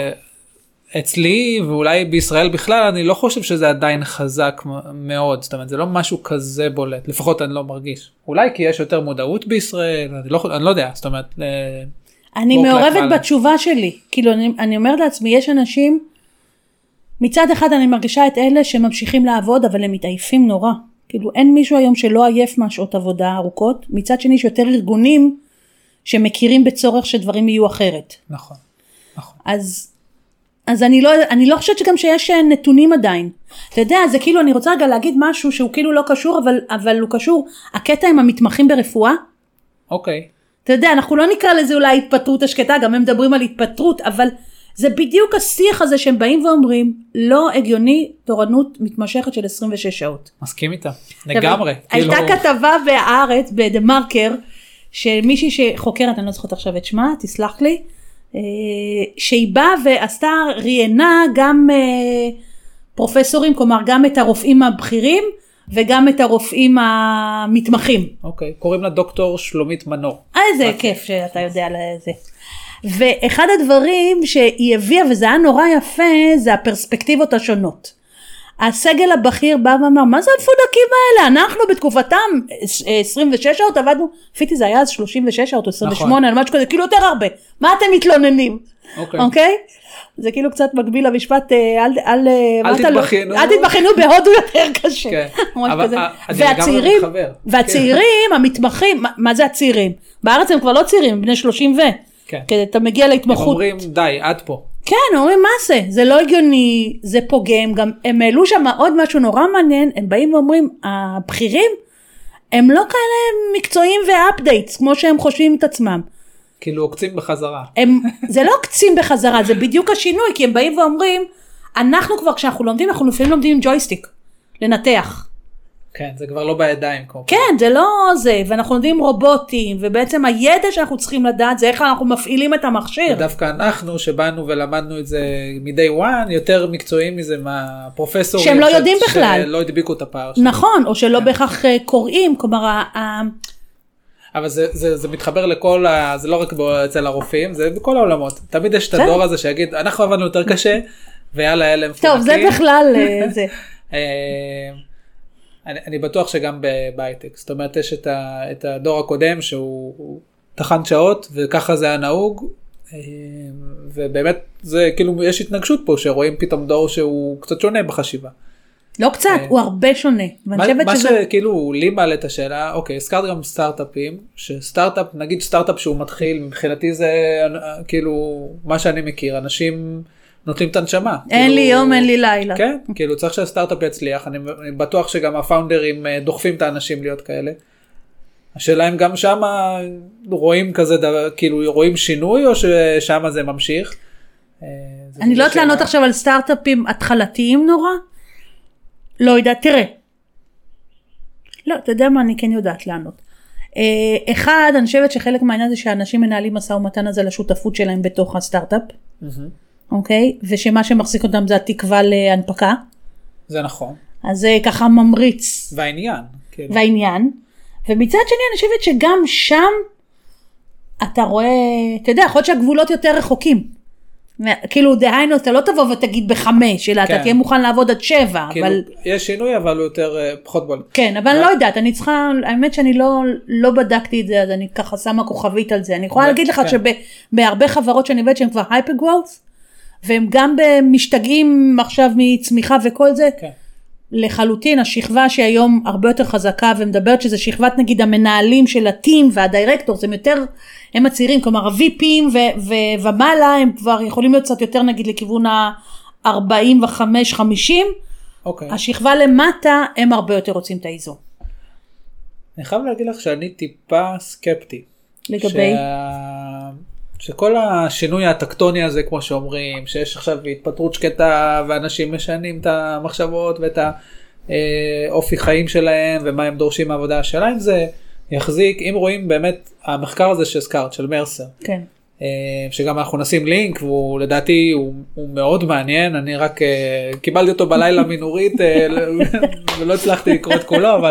Speaker 1: אצלי, ואולי בישראל בכלל, אני לא חושב שזה עדיין חזק מאוד, זאת אומרת, זה לא משהו כזה בולט, לפחות אני לא מרגיש. אולי כי יש יותר מודעות בישראל, אני לא, אני לא יודע, זאת אומרת...
Speaker 3: אני מעורבת בתשובה שלי, כאילו אני, אני אומרת לעצמי, יש אנשים, מצד אחד אני מרגישה את אלה שממשיכים לעבוד, אבל הם מתעייפים נורא. כאילו אין מישהו היום שלא עייף מהשעות עבודה ארוכות, מצד שני יש יותר ארגונים שמכירים בצורך שדברים יהיו אחרת.
Speaker 1: נכון, נכון.
Speaker 3: אז... אז אני לא, אני לא חושבת שגם שיש נתונים עדיין. אתה יודע, זה כאילו, אני רוצה רגע להגיד משהו שהוא כאילו לא קשור, אבל, אבל הוא קשור. הקטע עם המתמחים ברפואה.
Speaker 1: אוקיי.
Speaker 3: אתה יודע, אנחנו לא נקרא לזה אולי התפטרות השקטה, גם הם מדברים על התפטרות, אבל זה בדיוק השיח הזה שהם באים ואומרים, לא הגיוני תורנות מתמשכת של עשרים ושש שעות.
Speaker 1: מסכים איתה, לגמרי.
Speaker 3: הייתה כתבה בהארץ, בדה מרקר, שמישהי שחוקרת, אני לא זוכרת עכשיו את שמה, תסלח לי, שהיא באה ועשתה ריינה גם פרופסורים, כלומר גם את הרופאים הבכירים וגם את הרופאים המתמחים.
Speaker 1: אוקיי, קוראים לה דוקטור שלומית מנור.
Speaker 3: איזה כיף שאתה יודע על זה. ואחד הדברים שהיא הביאה, וזה היה נורא יפה, זה הפרספקטיבות השונות. הסגל הבכיר בא ואמר, מה זה המפונקים האלה? אנחנו בתקופתם עשרים ושש שעות עבדנו, פיתי זה היה אז שלושים ושש שעות או עשרים ושמונה, נכון. כזה, כאילו יותר הרבה. מה אתם מתלוננים?
Speaker 1: אוקיי.
Speaker 3: אוקיי? זה כאילו קצת מקביל למשפט, אל, אל,
Speaker 1: אל תתבחנו.
Speaker 3: אל תתבחנו, בהודו יותר קשה.
Speaker 1: כן.
Speaker 3: אבל והצעירים, והצעירים, המתמחים, מה זה הצעירים? בארץ הם כבר לא צעירים, הם בני שלושים ו.
Speaker 1: כן.
Speaker 3: כי אתה מגיע להתמחות. הם
Speaker 1: אומרים, די, עד פה.
Speaker 3: כן, אומרים מה זה, זה לא הגיוני, זה פוגם, גם הם העלו שם עוד משהו נורא מעניין, הם באים ואומרים, הבכירים, הם לא כאלה מקצועיים ואפדייטס, כמו שהם חושבים את עצמם.
Speaker 1: כאילו עוקצים בחזרה.
Speaker 3: הם, זה לא עוקצים בחזרה, זה בדיוק השינוי, כי הם באים ואומרים, אנחנו כבר כשאנחנו לומדים, אנחנו לפעמים לומדים עם ג'ויסטיק, לנתח.
Speaker 1: כן, זה כבר לא בידיים.
Speaker 3: כן, זה לא זה, ואנחנו לומדים רובוטים, ובעצם הידע שאנחנו צריכים לדעת, זה איך אנחנו מפעילים את המכשיר.
Speaker 1: ודווקא אנחנו שבאנו ולמדנו את זה מ-day one, יותר מקצועיים מזה מהפרופסורים.
Speaker 3: שהם לא יודעים בכלל.
Speaker 1: שלא הדביקו את הפער.
Speaker 3: נכון, או שלא בהכרח קוראים, כלומר,
Speaker 1: אבל זה, זה, זה מתחבר לכל, ה, זה לא רק אצל הרופאים, זה בכל העולמות. תמיד יש את הדור הזה שיגיד, אנחנו עבדנו יותר קשה, ויאללה, אלה מפונקים.
Speaker 3: טוב, זה בכלל, זה.
Speaker 1: אני, אני בטוח שגם בהייטק, זאת אומרת, יש את, ה, את הדור הקודם שהוא תחן שעות, וככה זה הנהוג, ובאמת זה כאילו, יש התנגשות פה, שרואים פתאום דור שהוא קצת שונה בחשיבה.
Speaker 3: לא קצת, הוא הרבה שונה.
Speaker 1: מה שכאילו לי מעלה את השאלה, אוקיי, הזכרת גם סטארט-אפים, שסטארט-אפ, נגיד סטארט-אפ שהוא מתחיל, מבחינתי זה כאילו מה שאני מכיר, אנשים נוטלים את הנשמה.
Speaker 3: אין לי יום, אין לי לילה.
Speaker 1: כן, כאילו צריך שהסטארט-אפ יצליח, אני בטוח שגם הפאונדרים דוחפים את האנשים להיות כאלה. השאלה אם גם שם רואים כזה, כאילו רואים שינוי, או ששם זה ממשיך?
Speaker 3: אני לא יודעת לענות עכשיו על סטארט-אפים התחלתיים נורא, לא יודעת, תראה. לא, אתה יודע מה, אני כן יודעת לענות. אחד, אני חושבת שחלק מהעניין זה שאנשים מנהלים משא ומתן הזה לשותפות שלהם בתוך הסטארט-אפ. אוקיי? ושמה שמחזיק אותם זה התקווה להנפקה.
Speaker 1: זה נכון.
Speaker 3: אז זה ככה ממריץ.
Speaker 1: והעניין.
Speaker 3: והעניין. ומצד שני אני חושבת שגם שם אתה רואה, אתה יודע, יכול להיות שהגבולות יותר רחוקים. כאילו דהיינו, אתה לא תבוא ותגיד בחמש, אלא אתה תהיה מוכן לעבוד עד שבע.
Speaker 1: יש שינוי, אבל הוא יותר פחות בול.
Speaker 3: כן, אבל אני לא יודעת, אני צריכה, האמת שאני לא בדקתי את זה, אז אני ככה שמה כוכבית על זה. אני יכולה להגיד לך שבהרבה חברות שאני יודעת שהן כבר הייפר גרוס, והם גם משתגעים עכשיו מצמיחה וכל זה, כן. לחלוטין השכבה שהיום הרבה יותר חזקה ומדברת שזה שכבת נגיד המנהלים של הטים והדירקטור, הם יותר, הם הצעירים, כלומר ה-וי פי'ים ו- ו- ומעלה הם כבר יכולים להיות קצת יותר נגיד לכיוון ה-ארבעים וחמש חמישים, okay. השכבה למטה הם הרבה יותר רוצים את האיזון.
Speaker 1: אני חייב להגיד לך שאני טיפה סקפטי.
Speaker 3: לגבי?
Speaker 1: שה... שכל השינוי הטקטוני הזה כמו שאומרים, שיש עכשיו התפטרות שקטה ואנשים משנים את המחשבות ואת האופי חיים שלהם ומה הם דורשים מהעבודה, השאלה אם זה יחזיק, אם רואים באמת המחקר הזה שהזכרת של מרסר,
Speaker 3: כן.
Speaker 1: שגם אנחנו נשים לינק והוא לדעתי הוא, הוא מאוד מעניין, אני רק קיבלתי אותו בלילה מנורית ולא הצלחתי לקרוא את כולו, אבל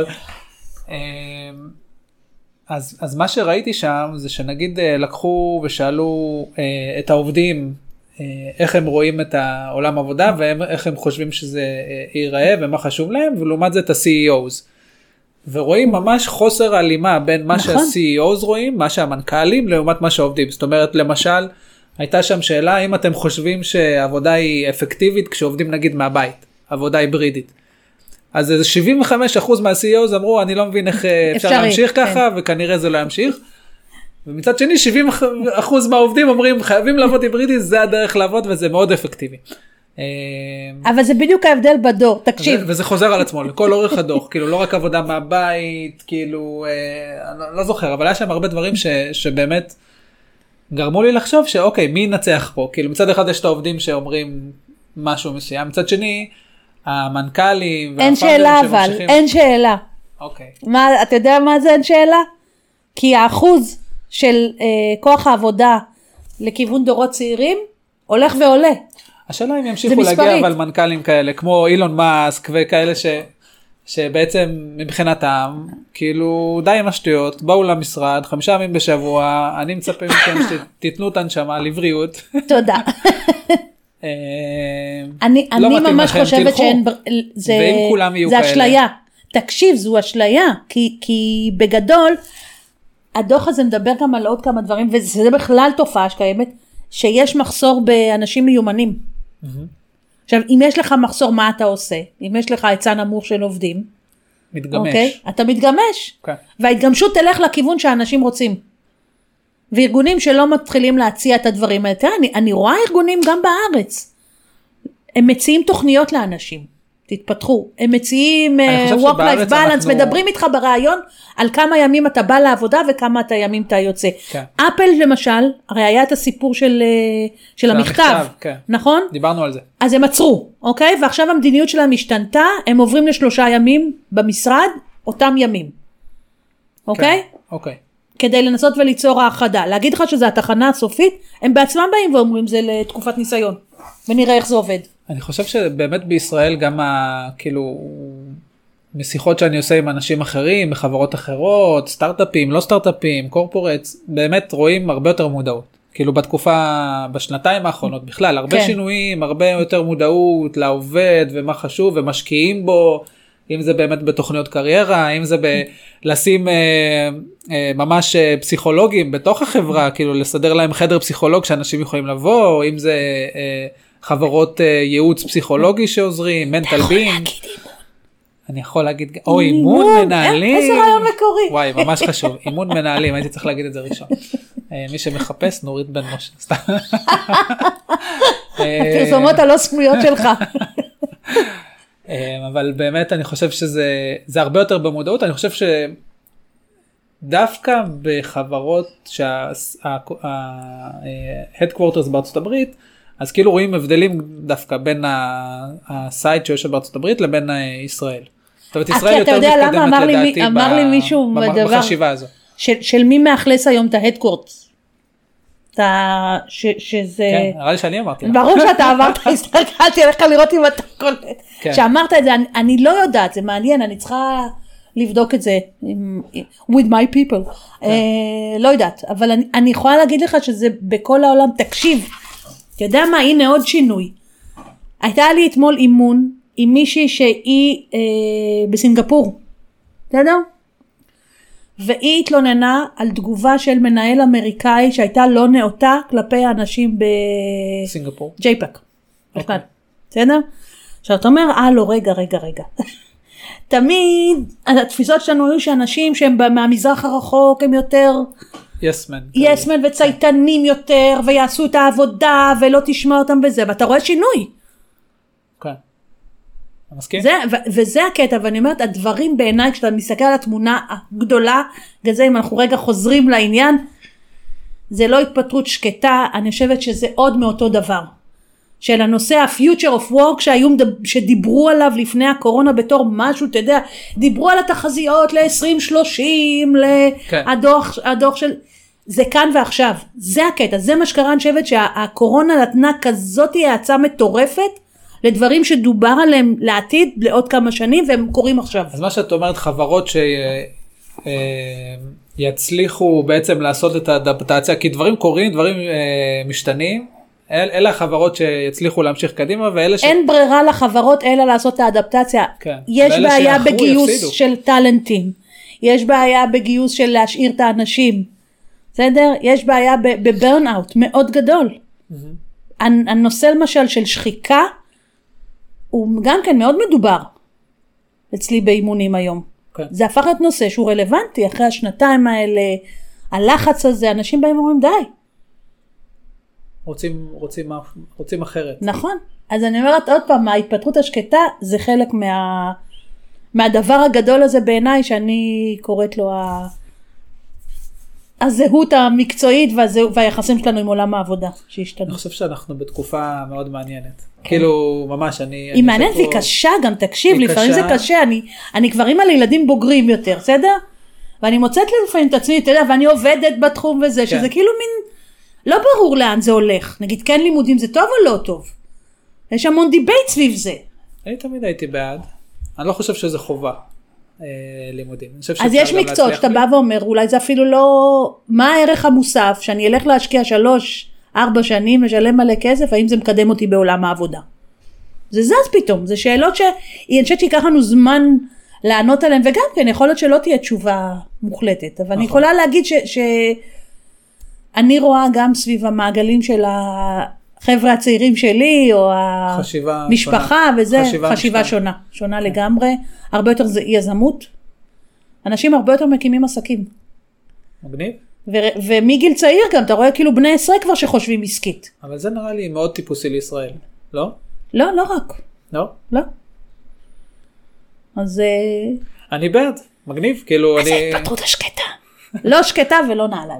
Speaker 1: אז, אז מה שראיתי שם זה שנגיד לקחו ושאלו את העובדים איך הם רואים את העולם עבודה ואיך הם חושבים שזה ייראה ומה חשוב להם, ולעומת זה את ה-סי אי או'ס. ורואים ממש חוסר הלימה בין מה נכון. שה-סי אי או'ס רואים, מה שהמנכ"לים, לעומת מה שהעובדים. זאת אומרת, למשל, הייתה שם שאלה האם אתם חושבים שהעבודה היא אפקטיבית כשעובדים נגיד מהבית, עבודה היברידית. אז איזה שבעים וחמישה אחוז מה-סי אי או'ס אמרו, אני לא מבין איך אפשר להמשיך ככה, וכנראה זה לא ימשיך. ומצד שני, שבעים אחוז מהעובדים אומרים, חייבים לעבוד היברידי, זה הדרך לעבוד, וזה מאוד אפקטיבי.
Speaker 3: אבל זה בדיוק ההבדל בדור, תקשיב.
Speaker 1: וזה חוזר על עצמו, לכל אורך הדוח, כאילו לא רק עבודה מהבית, כאילו, אני לא זוכר, אבל היה שם הרבה דברים שבאמת גרמו לי לחשוב שאוקיי, מי ינצח פה? כאילו מצד אחד יש את העובדים שאומרים משהו מסוים, מצד שני, המנכ"לים,
Speaker 3: אין שאלה אבל, אין שאלה.
Speaker 1: אוקיי.
Speaker 3: מה, אתה יודע מה זה אין שאלה? כי האחוז של אה, כוח העבודה לכיוון דורות צעירים הולך ועולה.
Speaker 1: השאלה אם ימשיכו להגיע אבל מנכ"לים כאלה, כמו אילון מאסק וכאלה ש, שבעצם מבחינתם, כאילו די עם השטויות, באו למשרד, חמישה ימים בשבוע, אני מצפה מכם שתיתנו את הנשמה לבריאות.
Speaker 3: תודה. אני, אני ממש חושבת שאין, זה, זה אשליה. תקשיב, זו אשליה, כי, כי בגדול, הדוח הזה מדבר גם על עוד כמה דברים, וזה בכלל תופעה שקיימת, שיש מחסור באנשים מיומנים. Mm-hmm. עכשיו, אם יש לך מחסור, מה אתה עושה? אם יש לך היצע נמוך של עובדים,
Speaker 1: מתגמש.
Speaker 3: Okay, אתה מתגמש.
Speaker 1: Okay.
Speaker 3: וההתגמשות תלך לכיוון שהאנשים רוצים. וארגונים שלא מתחילים להציע את הדברים האלה, תראה, אני, אני רואה ארגונים גם בארץ. הם מציעים תוכניות לאנשים. תתפתחו. הם מציעים work-life balance, אנחנו... מדברים איתך ברעיון על כמה ימים אתה בא לעבודה וכמה אתה ימים אתה יוצא. כן. אפל למשל, הרי היה את הסיפור של, של המכתב, המכתב כן. נכון?
Speaker 1: דיברנו על זה.
Speaker 3: אז הם עצרו, אוקיי? ועכשיו המדיניות שלהם השתנתה, הם עוברים לשלושה ימים במשרד, אותם ימים. אוקיי?
Speaker 1: כן. אוקיי.
Speaker 3: כדי לנסות וליצור האחדה. להגיד לך שזה התחנה הסופית, הם בעצמם באים ואומרים זה לתקופת ניסיון. ונראה איך זה עובד.
Speaker 1: אני חושב שבאמת בישראל גם ה, כאילו, משיחות שאני עושה עם אנשים אחרים, בחברות אחרות, סטארט-אפים, לא סטארט-אפים, קורפורטס, באמת רואים הרבה יותר מודעות. כאילו בתקופה, בשנתיים האחרונות בכלל, הרבה כן. שינויים, הרבה יותר מודעות לעובד ומה חשוב ומשקיעים בו, אם זה באמת בתוכניות קריירה, אם זה ב- לשים אה, אה, ממש אה, פסיכולוגים בתוך החברה, כאילו לסדר להם חדר פסיכולוג שאנשים יכולים לבוא, אם זה אה, חברות אה, ייעוץ פסיכולוגי שעוזרים, מנטל בינג. אני יכול להגיד, או אימון מנהלים.
Speaker 3: איזה רעיון מקורי.
Speaker 1: וואי, ממש חשוב, אימון מנהלים, הייתי צריך להגיד את זה ראשון. מי שמחפש, נורית בן משה.
Speaker 3: הפרסומות הלא סמויות שלך.
Speaker 1: אבל באמת אני חושב שזה זה הרבה יותר במודעות, אני חושב שדווקא בחברות שה-headquarters בארצות הברית, אז כאילו רואים הבדלים דווקא בין הסייט שיושב בארצות הברית לבין ישראל. זאת אומרת, ישראל יותר מתקדמת לדעתי בחשיבה הזו.
Speaker 3: של מי מאכלס היום את ה-headquarters? שזה...
Speaker 1: כן, נראה לי שאני אמרתי.
Speaker 3: ברור שאתה אמרת, הסתכלתי עליך לראות אם אתה קולט. שאמרת את זה, אני לא יודעת, זה מעניין, אני צריכה לבדוק את זה with my people. לא יודעת, אבל אני יכולה להגיד לך שזה בכל העולם, תקשיב, אתה יודע מה, הנה עוד שינוי. הייתה לי אתמול אימון עם מישהי שהיא בסינגפור, אתה יודע? והיא התלוננה על תגובה של מנהל אמריקאי שהייתה לא נאותה כלפי האנשים
Speaker 1: בסינגפור.
Speaker 3: ג'ייפק. בסדר? עכשיו אתה אומר, אה לא, רגע, רגע, רגע. תמיד התפיסות שלנו היו שאנשים שהם מהמזרח הרחוק הם יותר
Speaker 1: יסמן.
Speaker 3: יסמן וצייתנים יותר ויעשו את העבודה ולא תשמע אותם בזה, ואתה רואה שינוי.
Speaker 1: כן. מסכים?
Speaker 3: זה, ו- וזה הקטע, ואני אומרת, הדברים בעיניי, כשאתה מסתכל על התמונה הגדולה, גזה, אם אנחנו רגע חוזרים לעניין, זה לא התפטרות שקטה, אני חושבת שזה עוד מאותו דבר. של הנושא ה-future of work שהיו, שדיברו עליו לפני הקורונה בתור משהו, אתה יודע, דיברו על התחזיות ל-עשרים שלושים,
Speaker 1: כן.
Speaker 3: לדוח, הדוח של, זה כאן ועכשיו, זה הקטע, זה מה שקרה, אני חושבת שהקורונה נתנה כזאת האצה מטורפת, לדברים שדובר עליהם לעתיד, לעוד כמה שנים, והם קורים עכשיו.
Speaker 1: אז מה שאת אומרת, חברות שיצליחו בעצם לעשות את האדפטציה, כי דברים קורים, דברים משתנים, אל, אלה החברות שיצליחו להמשיך קדימה, ואלה ש...
Speaker 3: אין ברירה לחברות אלא לעשות את האדפטציה.
Speaker 1: כן.
Speaker 3: יש בעיה
Speaker 1: שאחרו,
Speaker 3: בגיוס
Speaker 1: יפסידו. של
Speaker 3: טלנטים. יש בעיה בגיוס של להשאיר את האנשים. בסדר? יש בעיה בברנאוט מאוד גדול. Mm-hmm. הנושא למשל של שחיקה, הוא גם כן מאוד מדובר. אצלי באימונים היום.
Speaker 1: כן.
Speaker 3: זה הפך להיות נושא שהוא רלוונטי, אחרי השנתיים האלה, הלחץ הזה, אנשים באים ואומרים די.
Speaker 1: רוצים, רוצים, רוצים אחרת.
Speaker 3: נכון. אז אני אומרת עוד פעם, ההתפתחות השקטה זה חלק מה, מהדבר הגדול הזה בעיניי, שאני קוראת לו ה, הזהות המקצועית והזהו, והיחסים שלנו עם עולם העבודה שהשתנו.
Speaker 1: אני חושב שאנחנו בתקופה מאוד מעניינת. כן. כאילו, ממש, אני...
Speaker 3: היא מעניינת והיא קשה גם, תקשיב, לפעמים זה קשה, אני, אני כבר אימא לילדים בוגרים יותר, בסדר? ואני מוצאת לפעמים את עצמי, אתה יודע, ואני עובדת בתחום וזה, כן. שזה כאילו מין... לא ברור לאן זה הולך. נגיד, כן לימודים זה טוב או לא טוב? יש המון דיבייט סביב זה.
Speaker 1: אני תמיד הייתי בעד. אני לא חושב שזה חובה, אה, לימודים.
Speaker 3: אז יש מקצועות שאתה בא ואומר, אולי זה אפילו לא... מה הערך המוסף? שאני אלך להשקיע שלוש, ארבע שנים, משלם מלא כסף, האם זה מקדם אותי בעולם העבודה? זה זז פתאום. זה שאלות שאני חושבת שיקח לנו זמן לענות עליהן, וגם כן, יכול להיות שלא תהיה תשובה מוחלטת. אבל אני יכולה להגיד ש... ש... אני רואה גם סביב המעגלים של החבר'ה הצעירים שלי, או המשפחה, וזה חשיבה, חשיבה שונה, שונה לגמרי, הרבה יותר יזמות. אנשים הרבה יותר מקימים עסקים.
Speaker 1: מגניב.
Speaker 3: ו- ומגיל צעיר גם, אתה רואה כאילו בני עשרה כבר שחושבים עסקית.
Speaker 1: אבל זה נראה לי מאוד טיפוסי לישראל, לא?
Speaker 3: לא, לא רק.
Speaker 1: לא?
Speaker 3: לא. אז...
Speaker 1: אני בעד, מגניב, כאילו
Speaker 3: אז
Speaker 1: אני...
Speaker 3: זה התפטרות השקטה. לא שקטה ולא נעליו.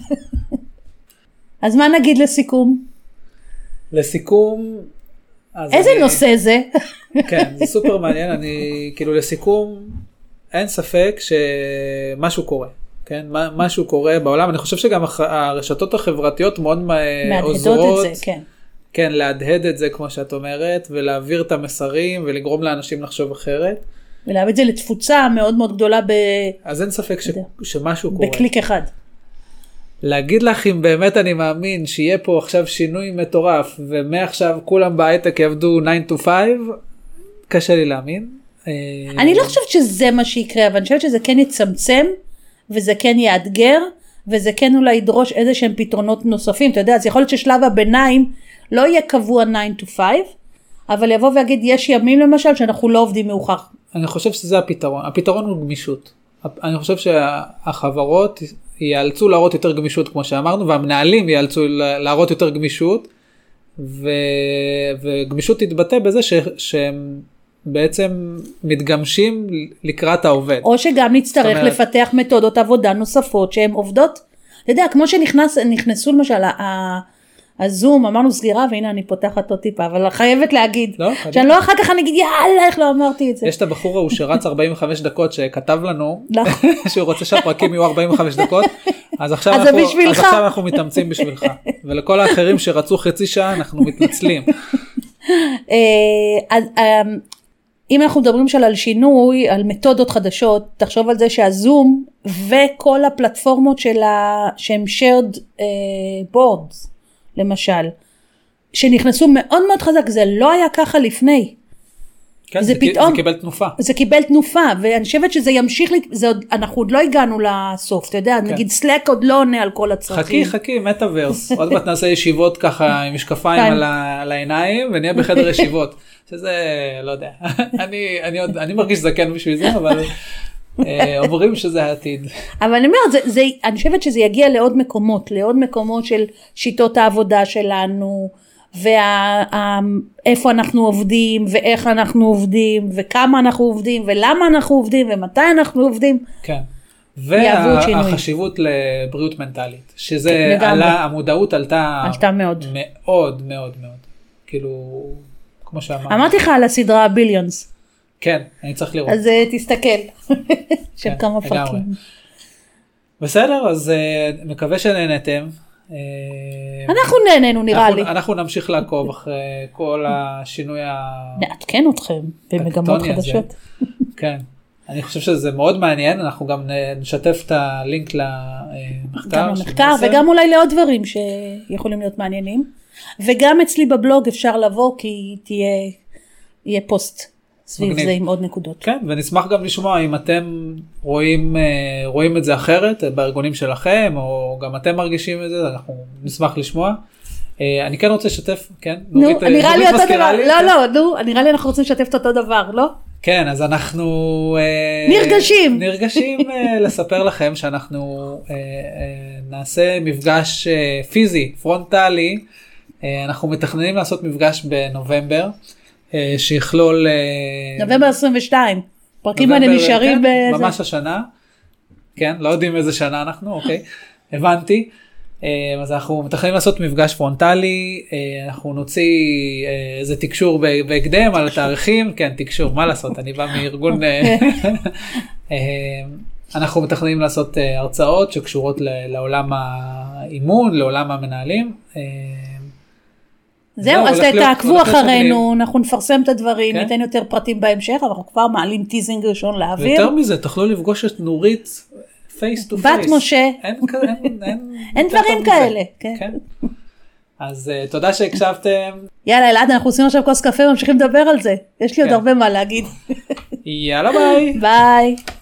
Speaker 3: אז מה נגיד לסיכום?
Speaker 1: לסיכום...
Speaker 3: איזה אני... נושא זה?
Speaker 1: כן, זה סופר מעניין. אני, כאילו לסיכום, אין ספק שמשהו קורה. כן, משהו קורה בעולם. אני חושב שגם הרשתות החברתיות מאוד עוזרות.
Speaker 3: את זה, כן.
Speaker 1: כן, להדהד את זה, כמו שאת אומרת, ולהעביר את המסרים, ולגרום לאנשים לחשוב אחרת.
Speaker 3: ולהביא את זה לתפוצה מאוד מאוד גדולה ב...
Speaker 1: אז אין ספק ש... שמשהו קורה.
Speaker 3: בקליק אחד.
Speaker 1: להגיד לך אם באמת אני מאמין שיהיה פה עכשיו שינוי מטורף, ומעכשיו כולם בהייטק יעבדו nine to five, קשה לי להאמין.
Speaker 3: אני לא חושבת שזה מה שיקרה, אבל אני חושבת שזה כן יצמצם, וזה כן יאתגר, וזה כן אולי ידרוש איזה שהם פתרונות נוספים. אתה יודע, אז יכול להיות ששלב הביניים לא יהיה קבוע nine to five, אבל יבוא ויגיד, יש ימים למשל שאנחנו לא עובדים מאוחר.
Speaker 1: אני חושב שזה הפתרון. הפתרון הוא גמישות. אני חושב שהחברות יאלצו להראות יותר גמישות, כמו שאמרנו, והמנהלים יאלצו להראות יותר גמישות, ו... וגמישות תתבטא בזה ש... שהם בעצם מתגמשים לקראת העובד.
Speaker 3: או שגם נצטרך אומרת... לפתח מתודות עבודה נוספות שהן עובדות. אתה יודע, כמו שנכנסו למשל, הזום, אמרנו סגירה, והנה אני פותחת עוד טיפה, אבל חייבת להגיד, לא, שאני לא אחר כך אני אגיד, יאללה, איך לא אמרתי את זה.
Speaker 1: יש את הבחור ההוא שרץ ארבעים וחמש דקות, שכתב לנו, שהוא רוצה שהפרקים יהיו ארבעים וחמש דקות, אז עכשיו,
Speaker 3: אז
Speaker 1: אנחנו,
Speaker 3: אז
Speaker 1: עכשיו אנחנו מתאמצים בשבילך, ולכל האחרים שרצו חצי שעה, אנחנו מתנצלים.
Speaker 3: אז אם אנחנו מדברים של על שינוי, על מתודות חדשות, תחשוב על זה שהזום, וכל הפלטפורמות שלה, שהם shared boards, למשל, שנכנסו מאוד מאוד חזק, זה לא היה ככה לפני.
Speaker 1: כן, זה, פתאום, זה קיבל תנופה.
Speaker 3: זה קיבל תנופה, ואני חושבת שזה ימשיך, זה עוד, אנחנו עוד לא הגענו לסוף, אתה יודע, כן. נגיד סלק עוד לא עונה על כל הצרכים.
Speaker 1: חכי, חכי, מטאברס, עוד מעט נעשה ישיבות ככה עם משקפיים על, ה, על העיניים, ונהיה בחדר ישיבות, שזה, לא יודע, אני, אני, עוד, אני מרגיש זקן בשביל זה, אבל אומרים שזה העתיד.
Speaker 3: אבל אני אומרת, זה, זה, אני חושבת שזה יגיע לעוד מקומות, לעוד מקומות של שיטות העבודה שלנו, ואיפה אנחנו עובדים, ואיך אנחנו עובדים, וכמה אנחנו עובדים, ולמה אנחנו עובדים, ומתי אנחנו עובדים.
Speaker 1: כן. והחשיבות לבריאות מנטלית, שזה עלה, המודעות עלתה,
Speaker 3: עלתה מאוד.
Speaker 1: מאוד, מאוד, מאוד. כאילו, כמו שאמרתי.
Speaker 3: אמרתי לך על הסדרה ביליונס.
Speaker 1: כן, אני צריך לראות.
Speaker 3: אז תסתכל. של כמה פרקים.
Speaker 1: בסדר, אז מקווה שנהנתם.
Speaker 3: אנחנו נהנינו נראה לי.
Speaker 1: אנחנו נמשיך לעקוב אחרי כל השינוי ה...
Speaker 3: נעדכן אתכם במגמות חדשות.
Speaker 1: כן, אני חושב שזה מאוד מעניין, אנחנו גם נשתף את הלינק למחקר.
Speaker 3: גם למחקר וגם אולי לעוד דברים שיכולים להיות מעניינים. וגם אצלי בבלוג אפשר לבוא כי תהיה פוסט סביב זה עם עוד נקודות.
Speaker 1: כן, ונשמח גם לשמוע אם אתם רואים, רואים את זה אחרת בארגונים שלכם, או גם אתם מרגישים את זה, אנחנו נשמח לשמוע. אני כן רוצה לשתף, כן?
Speaker 3: נו, נראה לי אותו דבר, לא, לא, נו, נראה לי אנחנו רוצים לשתף את אותו דבר, לא?
Speaker 1: כן, אז אנחנו...
Speaker 3: נרגשים.
Speaker 1: נרגשים לספר לכם שאנחנו נעשה מפגש פיזי, פרונטלי, אנחנו מתכננים לעשות מפגש בנובמבר, שיכלול...
Speaker 3: נובמבר עשרים ושתיים, פרקים האלה נשארים
Speaker 1: באיזה... ממש השנה, כן, לא יודעים איזה שנה אנחנו, אוקיי, הבנתי, אז אנחנו מתכננים לעשות מפגש פרונטלי, אנחנו נוציא איזה תקשור בהקדם על התאריכים, כן, תקשור, מה לעשות, אני בא מארגון, אנחנו מתכננים לעשות הרצאות שקשורות לעולם האימון, לעולם המנהלים,
Speaker 3: זהו, אז תעקבו אחרינו, אנחנו נפרסם את הדברים, ניתן יותר פרטים בהמשך, אבל אנחנו כבר מעלים טיזינג ראשון לאוויר.
Speaker 1: ויותר מזה, תוכלו לפגוש את נורית פייס טו
Speaker 3: פייס. בת משה. אין דברים כאלה.
Speaker 1: אז תודה שהקשבתם.
Speaker 3: יאללה, אלעד, אנחנו עושים עכשיו כוס קפה, ממשיכים לדבר על זה. יש לי עוד הרבה מה להגיד.
Speaker 1: יאללה, ביי.
Speaker 3: ביי.